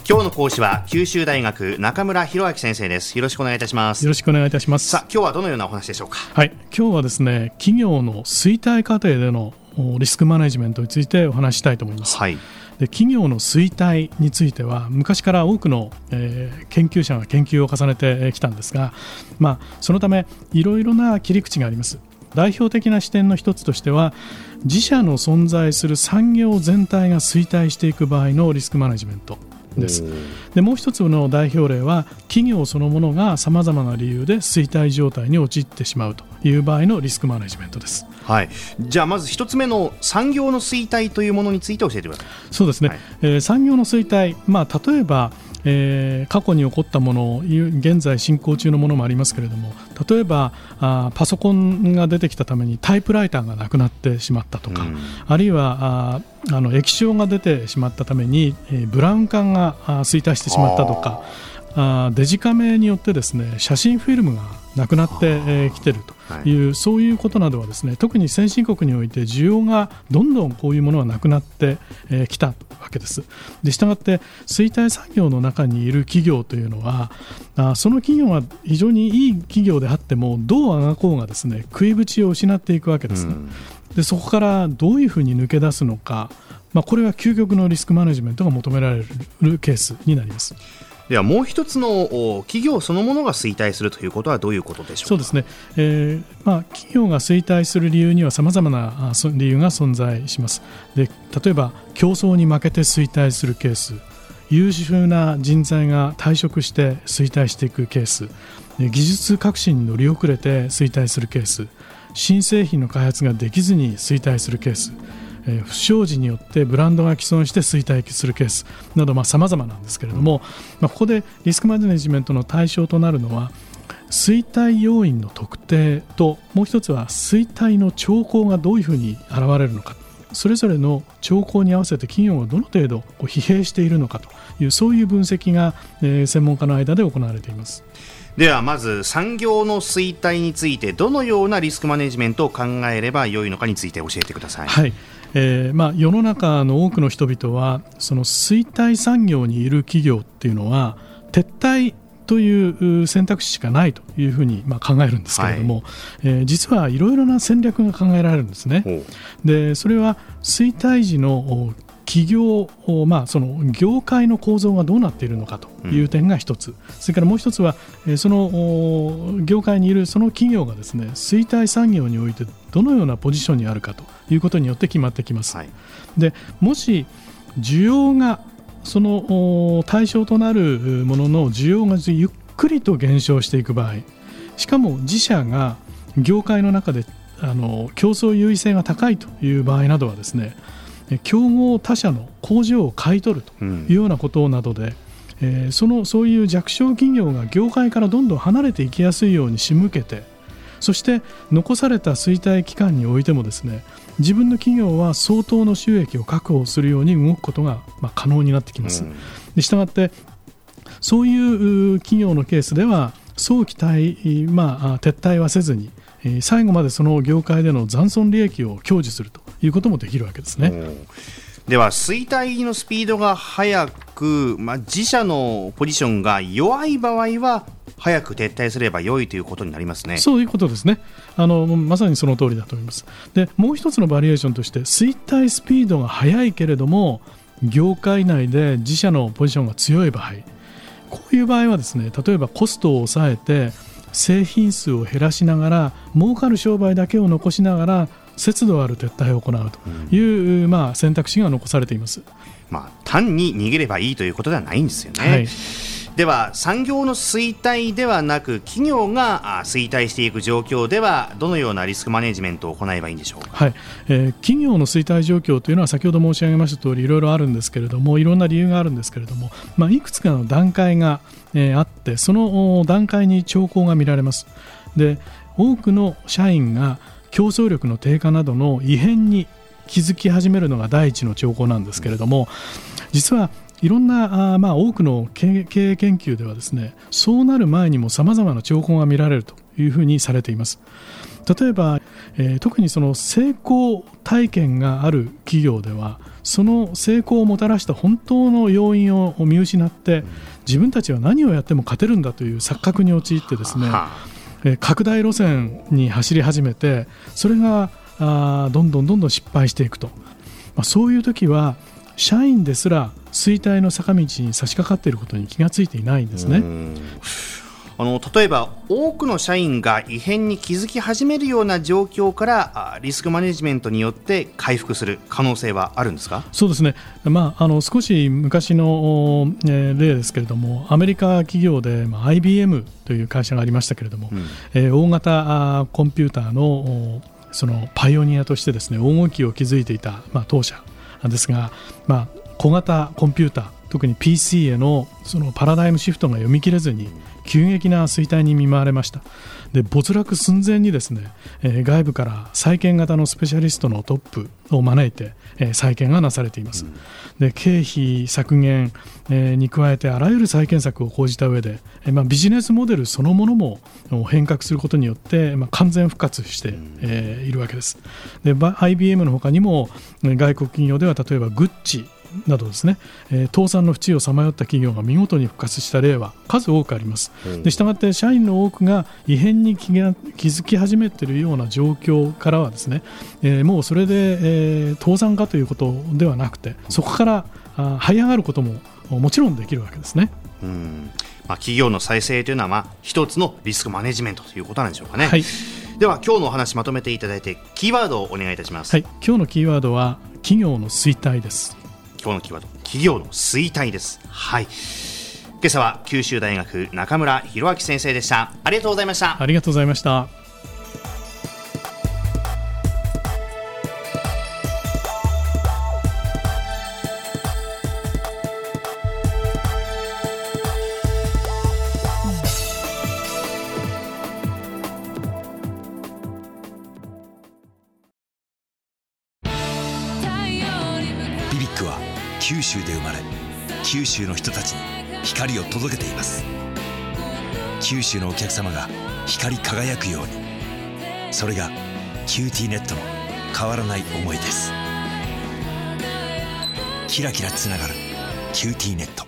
今日の講師は九州大学中村弘明先生です。よろしくお願いいたします。 よろしくお願いいたします。 さあ、今日はどのようなお話でしょうか。 はい、今日はですね、企業の衰退過程でのリスクマネジメントについてお話したいと思います。 はい、 で、企業の衰退については昔から多くの、研究者が研究を重ねてきたんですが、そのためいろいろな切り口があります。代表的な視点の一つとしては、自社の存在する産業全体が衰退していく場合のリスクマネジメントです。で、もう一つの代表例は、企業そのものがさまざまな理由で衰退状態に陥ってしまうという場合のリスクマネジメントです。 はい、じゃあまず一つ目の産業の衰退というものについて教えてください。 そうですね、産業の衰退、例えば過去に起こったもの、現在進行中のものもありますけれども、例えばパソコンが出てきたためにタイプライターがなくなってしまったとか、あるいは液晶が出てしまったためにブラウン管が衰退してしまったとか、デジカメによってですね、写真フィルムがなくなってきているという、そういうことなどはですね、特に先進国において需要がどんどんこういうものがなくなってきたわけです。で、したがって衰退産業の中にいる企業というのは、その企業が非常にいい企業であっても、どうあがこうがですね、食いぶちを失っていくわけですね。で、そこからどういうふうに抜け出すのか、これは究極のリスクマネジメントが求められるケースになります。 ではもう一つの企業そのものが衰退するということはどういうことでしょうか。 そうですね、企業が衰退する理由にはさまざまな理由が存在します。で、例えば競争に負けて衰退するケース、優秀な人材が退職して衰退していくケース、技術革新に乗り遅れて衰退するケース、新製品の開発ができずに衰退するケース、不祥事によってブランドが毀損して衰退するケースなど、様々なんですけれども、ここでリスクマネジメントの対象となるのは、衰退要因の特定と、もう一つは衰退の兆候がどういうふうに現れるのか、それぞれの兆候に合わせて企業がどの程度疲弊しているのかという、そういう分析が専門家の間で行われています。 ではまず産業の衰退についてどのようなリスクマネジメントを考えれば良いのかについて教えてください。 はい、世の中の多くの人々は、その衰退産業にいる企業っていうのは撤退という選択肢しかないというふうに考えるんですけれども、実はいろいろな戦略が考えられるんですね。で、それは衰退時の企業、その業界の構造がどうなっているのかという点が一つ、それからもう一つはその業界にいるその企業がですね、衰退産業においてどのようなポジションにあるかということによって決まってきます。で、もし需要がその対象となるものの需要がゆっくりと減少していく場合、しかも自社が業界の中で競争優位性が高いという場合などはですね、競合他社の工場を買い取るというようなことなどで、そういう弱小企業が業界からどんどん離れていきやすいように仕向けて、そして残された衰退期間においてもですね、自分の企業は相当の収益を確保するように動くことが可能になってきます。で、したがってそういう企業のケースでは早期撤退はせずに、最後までその業界での残存利益を享受するということもできるわけですね。 では衰退のスピードが速く、自社のポジションが弱い場合は早く撤退すれば良いということになりますね。 そういうことですね。まさにその通りだと思います。で、もう一つのバリエーションとして、衰退スピードが速いけれども業界内で自社のポジションが強い場合、こういう場合はですね、例えばコストを抑えて製品数を減らしながら儲かる商売だけを残しながら節度ある撤退を行うという、選択肢が残されています。 単に逃げればいいということではないんですよね。では産業の衰退ではなく企業が衰退していく状況ではどのようなリスクマネジメントを行えばいいんでしょうか。 企業の衰退状況というのは先ほど申し上げました通りいろいろあるんですけれども、いろんな理由があるんですけれども、いくつかの段階があって、その段階に兆候が見られます。で、多くの社員が競争力の低下などの異変に気づき始めるのが第一の兆候なんですけれども、実はいろんな多くの経営研究ではですね、そうなる前にも様々な兆候が見られるというふうにされています。 例えば、特にその成功体験がある企業ではその成功をもたらした本当の要因を見失って自分たちは何をやっても勝てるんだという錯覚に陥ってですね、拡大路線に走り始めてそれがどんどん失敗していくと、そういう時は社員ですら衰退の坂道に差し掛かっていることに気がついていないんですね。 例えば多くの社員が異変に気づき始めるような状況からリスクマネジメントによって回復する可能性はあるんですか？ そうですね、少し昔の例ですけれども、アメリカ企業で、IBM という会社がありましたけれども、大型コンピューターのそのパイオニアとしてですね黄金期を築いていた、当社ですが、小型コンピューター特に PC へのそのパラダイムシフトが読み切れずに急激な衰退に見舞われました。で没落寸前にですね、外部から再建型のスペシャリストのトップを招いて、再建がなされています。で経費削減、に加えてあらゆる再建策を講じた上で、ビジネスモデルそのものも変革することによって、完全復活して、いるわけです。で IBM の他にも外国企業では例えばグッチなどですね、倒産の淵をさまよった企業が見事に復活した例は数多くあります。でしたがって社員の多くが異変に気づき始めているような状況からはですね、もうそれで、倒産かということではなくてそこから這い上がることももちろんできるわけですね。 企業の再生というのは一つのリスクマネジメントということなんでしょうかね。 はい、 では今日のお話まとめていただいてキーワードをお願いいたします。 はい、今日のキーワードは企業の衰退です。 今日のキーワード企業の衰退です。はい、今朝は九州大学中村弘明先生でした。ありがとうございました。 ありがとうございました。 ビビックは九州で生まれ九州の人たちに光を届けています。九州のお客様が光り輝くように、それがキューティーネットの変わらない思いです。キラキラつながるキューティーネット。